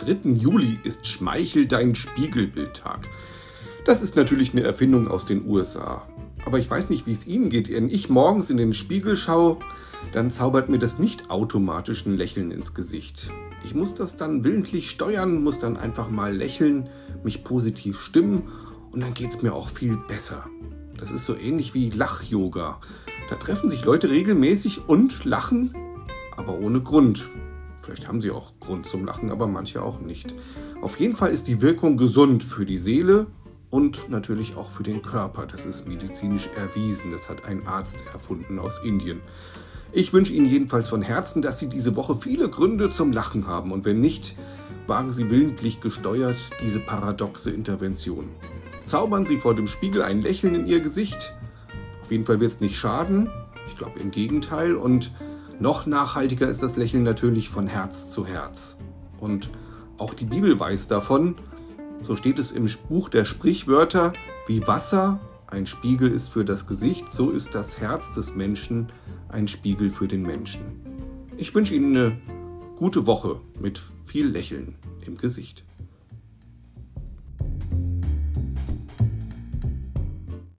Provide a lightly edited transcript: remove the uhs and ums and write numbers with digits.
3. Juli ist Schmeichel dein Spiegelbildtag. Das ist natürlich eine Erfindung aus den USA. Aber ich weiß nicht, wie es Ihnen geht. Wenn ich morgens in den Spiegel schaue, dann zaubert mir das nicht automatisch ein Lächeln ins Gesicht. Ich muss das dann willentlich steuern, muss dann einfach mal lächeln, mich positiv stimmen und dann geht es mir auch viel besser. Das ist so ähnlich wie Lach-Yoga. Da treffen sich Leute regelmäßig und lachen, aber ohne Grund. Vielleicht haben sie auch Grund zum Lachen, aber manche auch nicht. Auf jeden Fall ist die Wirkung gesund für die Seele und natürlich auch für den Körper. Das ist medizinisch erwiesen. Das hat ein Arzt erfunden aus Indien. Ich wünsche Ihnen jedenfalls von Herzen, dass Sie diese Woche viele Gründe zum Lachen haben. Und wenn nicht, wagen Sie willentlich gesteuert diese paradoxe Intervention. Zaubern Sie vor dem Spiegel ein Lächeln in Ihr Gesicht. Auf jeden Fall wird es nicht schaden. Ich glaube im Gegenteil. Und noch nachhaltiger ist das Lächeln natürlich von Herz zu Herz. Und auch die Bibel weiß davon. So steht es im Buch der Sprichwörter: Wie Wasser ein Spiegel ist für das Gesicht, so ist das Herz des Menschen ein Spiegel für den Menschen. Ich wünsche Ihnen eine gute Woche mit viel Lächeln im Gesicht.